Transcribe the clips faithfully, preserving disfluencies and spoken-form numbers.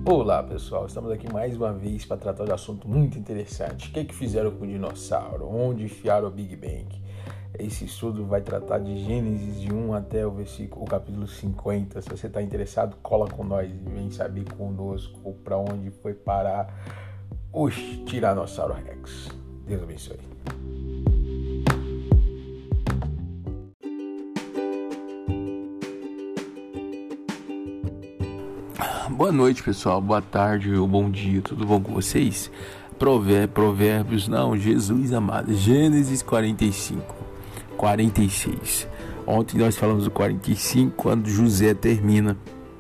Olá pessoal, estamos aqui mais uma vez para tratar de um assunto muito interessante. O que, é que fizeram com o dinossauro? Onde enfiaram o Big Bang? Esse estudo vai tratar de Gênesis de um até o versículo, o capítulo cinquenta. Se você está interessado, cola com nós e vem saber conosco para onde foi parar o Tiranossauro Rex. Deus abençoe. Boa noite, pessoal. Boa tarde ou bom dia. Tudo bom com vocês? Provér- Provérbios, não, Jesus amado. Gênesis quarenta e cinco, quarenta e seis. Ontem nós falamos do quarenta e cinco, quando José termina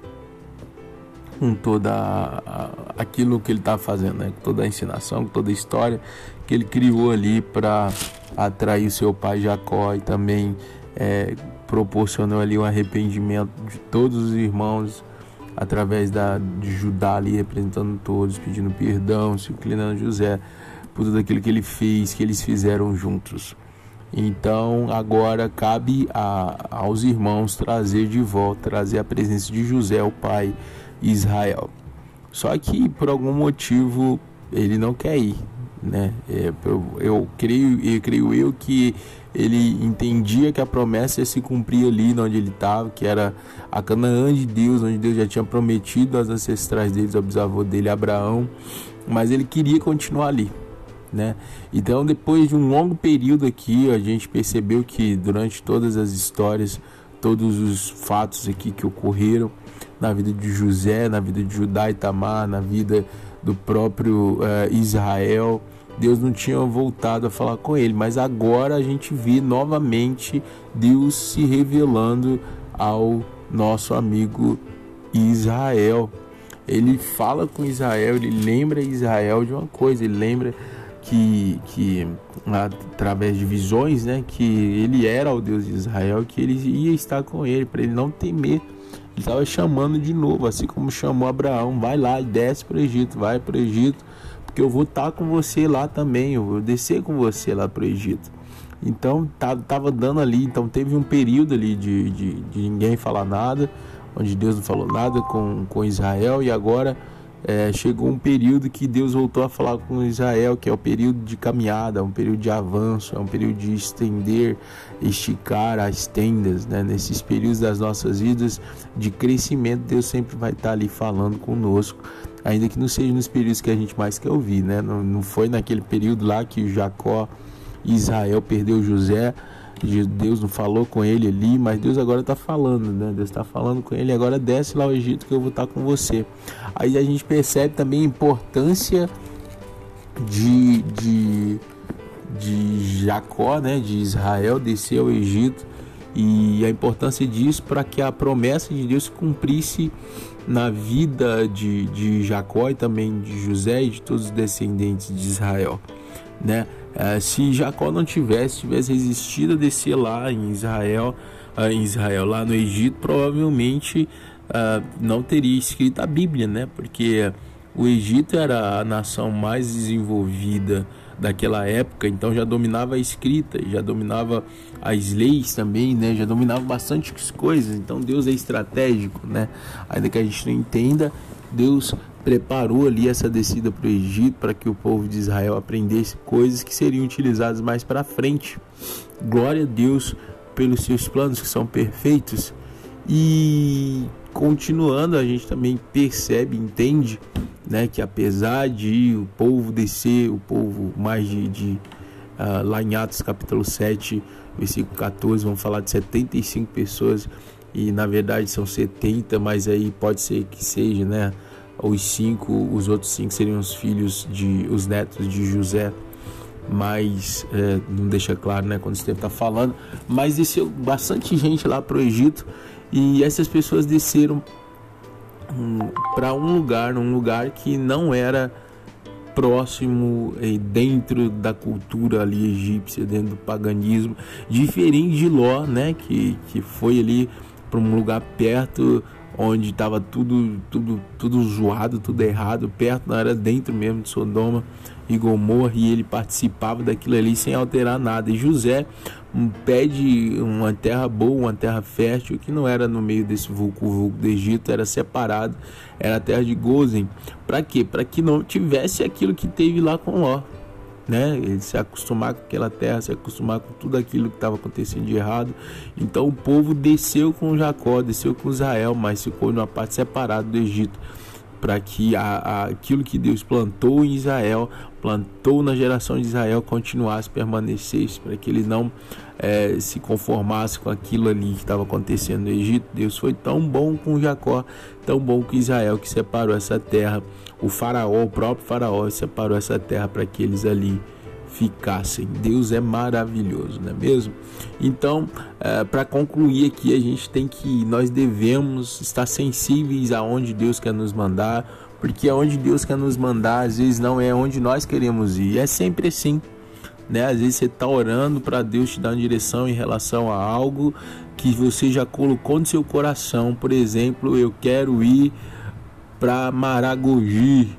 com toda a, a, aquilo que ele está fazendo, né? Toda a ensinação, toda a história que ele criou ali para atrair o seu pai Jacó e também é, proporcionou ali um arrependimento de todos os irmãos através da, de Judá ali representando todos, pedindo perdão, se inclinando a José por tudo aquilo que ele fez, que eles fizeram juntos. Então agora cabe a, aos irmãos trazer de volta, trazer a presença de José, o pai Israel. Só que por algum motivo ele não quer ir, né? É, eu, eu creio, eu creio eu que ele entendia que a promessa ia se cumprir ali onde ele estava, que era a Canaã de Deus, onde Deus já tinha prometido aos ancestrais deles, ao bisavô dele, Abraão, mas ele queria continuar ali, né? Então, depois de um longo período aqui, a gente percebeu que durante todas as histórias, todos os fatos aqui que ocorreram na vida de José, na vida de Judá e Tamar, na vida do próprio uh, Israel, Deus não tinha voltado a falar com ele, mas agora a gente vê novamente Deus se revelando ao nosso amigo Israel. Ele fala com Israel, ele lembra Israel de uma coisa, ele lembra que, que através de visões, né, que ele era o Deus de Israel, que ele ia estar com ele, para ele não temer. Ele estava chamando de novo, assim como chamou Abraão: vai lá e desce para o Egito, vai para o Egito, porque eu vou estar com você lá também, eu vou descer com você lá para o Egito. Então estava dando ali, então teve um período ali de, de, de ninguém falar nada, onde Deus não falou nada com, com Israel, e agora é, chegou um período que Deus voltou a falar com Israel, que é o período de caminhada, um período de avanço, é um período de estender, esticar as tendas, né? Nesses períodos das nossas vidas de crescimento, Deus sempre vai estar ali falando conosco, ainda que não seja nos períodos que a gente mais quer ouvir, né? Não, não foi naquele período lá que Jacó e Israel perdeu José, Deus não falou com ele ali, mas Deus agora está falando, né? Deus está falando com ele: agora desce lá ao Egito que eu vou estar com você. Aí a gente percebe também a importância de, de, de Jacó, né? De Israel descer ao Egito, e a importância disso para que a promessa de Deus se cumprisse na vida de, de Jacó e também de José e de todos os descendentes de Israel, né? Uh, se Jacó não tivesse, tivesse resistido a descer lá em Israel, uh, em Israel, lá no Egito, provavelmente uh, não teria escrito a Bíblia, né? Porque o Egito era a nação mais desenvolvida daquela época, então já dominava a escrita, já dominava as leis também, né? Já dominava bastante coisas. Então Deus é estratégico, né? Ainda que a gente não entenda, Deus preparou ali essa descida para o Egito para que o povo de Israel aprendesse coisas que seriam utilizadas mais para frente. Glória a Deus pelos seus planos que são perfeitos. E continuando, a gente também percebe, entende, né, que apesar de o povo descer, o povo mais de, de uh, lá em Atos capítulo sete, versículo catorze, vão falar de setenta e cinco pessoas, e na verdade são setenta, mas aí pode ser que seja, né, os cinco, os outros cinco seriam os filhos de, os netos de José, mas é, não deixa claro, né, quando o texto está falando, mas desceu bastante gente lá para o Egito, e essas pessoas desceram um, para um lugar, num lugar que não era próximo, é, dentro da cultura ali egípcia, dentro do paganismo, diferente de Ló, né, que, que foi ali para um lugar perto, onde estava tudo, tudo, tudo zoado, tudo errado, perto, não era dentro mesmo de Sodoma, e Gomorra, e ele participava daquilo ali sem alterar nada. E José um, pede uma terra boa, uma terra fértil, que não era no meio desse vulco-vulco do Egito, era separado, era a terra de Gozen. Para quê? Para que não tivesse aquilo que teve lá com Ló, né? Ele se acostumar com aquela terra, se acostumar com tudo aquilo que estava acontecendo de errado. Então o povo desceu com Jacó, desceu com Israel, mas ficou numa parte separada do Egito, para que a, a, aquilo que Deus plantou em Israel, plantou na geração de Israel, continuasse, permanecesse, para que ele não é, se conformasse com aquilo ali que estava acontecendo no Egito. Deus foi tão bom com Jacó, tão bom com Israel, que separou essa terra. O faraó, o próprio faraó, separou essa terra para que eles ali ficassem. Deus é maravilhoso, não é mesmo? Então, é, para concluir aqui, a gente tem que, nós devemos estar sensíveis aonde Deus quer nos mandar, porque aonde Deus quer nos mandar, às vezes não é onde nós queremos ir. É sempre assim, né? Às vezes você está orando para Deus te dar uma direção em relação a algo que você já colocou no seu coração. Por exemplo, eu quero ir para Maragogi,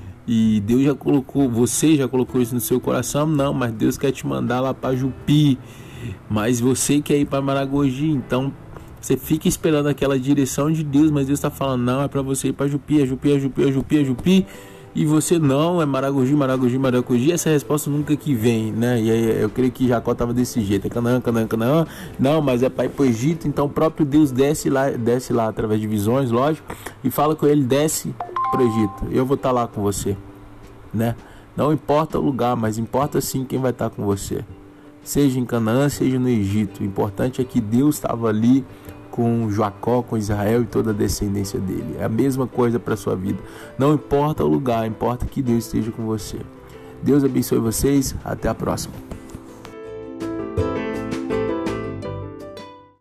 e Deus já colocou, você já colocou isso no seu coração. Não, mas Deus quer te mandar lá para Jupi, mas você quer ir para Maragogi. Então você fica esperando aquela direção de Deus, mas Deus está falando, não, é para você ir para Jupi, é Jupi, é Jupi, é Jupi, é Jupi, e você não, é Maragogi, Maragogi, Maragogi. Essa resposta nunca que vem, né? E aí eu creio que Jacó estava desse jeito, é Canaã, Canaã, Canaã, não, mas é para ir para o Egito. Então o próprio Deus desce lá, desce lá através de visões, lógico, e fala com ele, desce para o Egito, eu vou estar lá com você, né? Não importa o lugar, mas importa sim quem vai estar com você, seja em Canaã, seja no Egito. O importante é que Deus estava ali com Jacó, com Israel e toda a descendência dele. É a mesma coisa para a sua vida. Não importa o lugar, importa que Deus esteja com você. Deus abençoe vocês, até a próxima.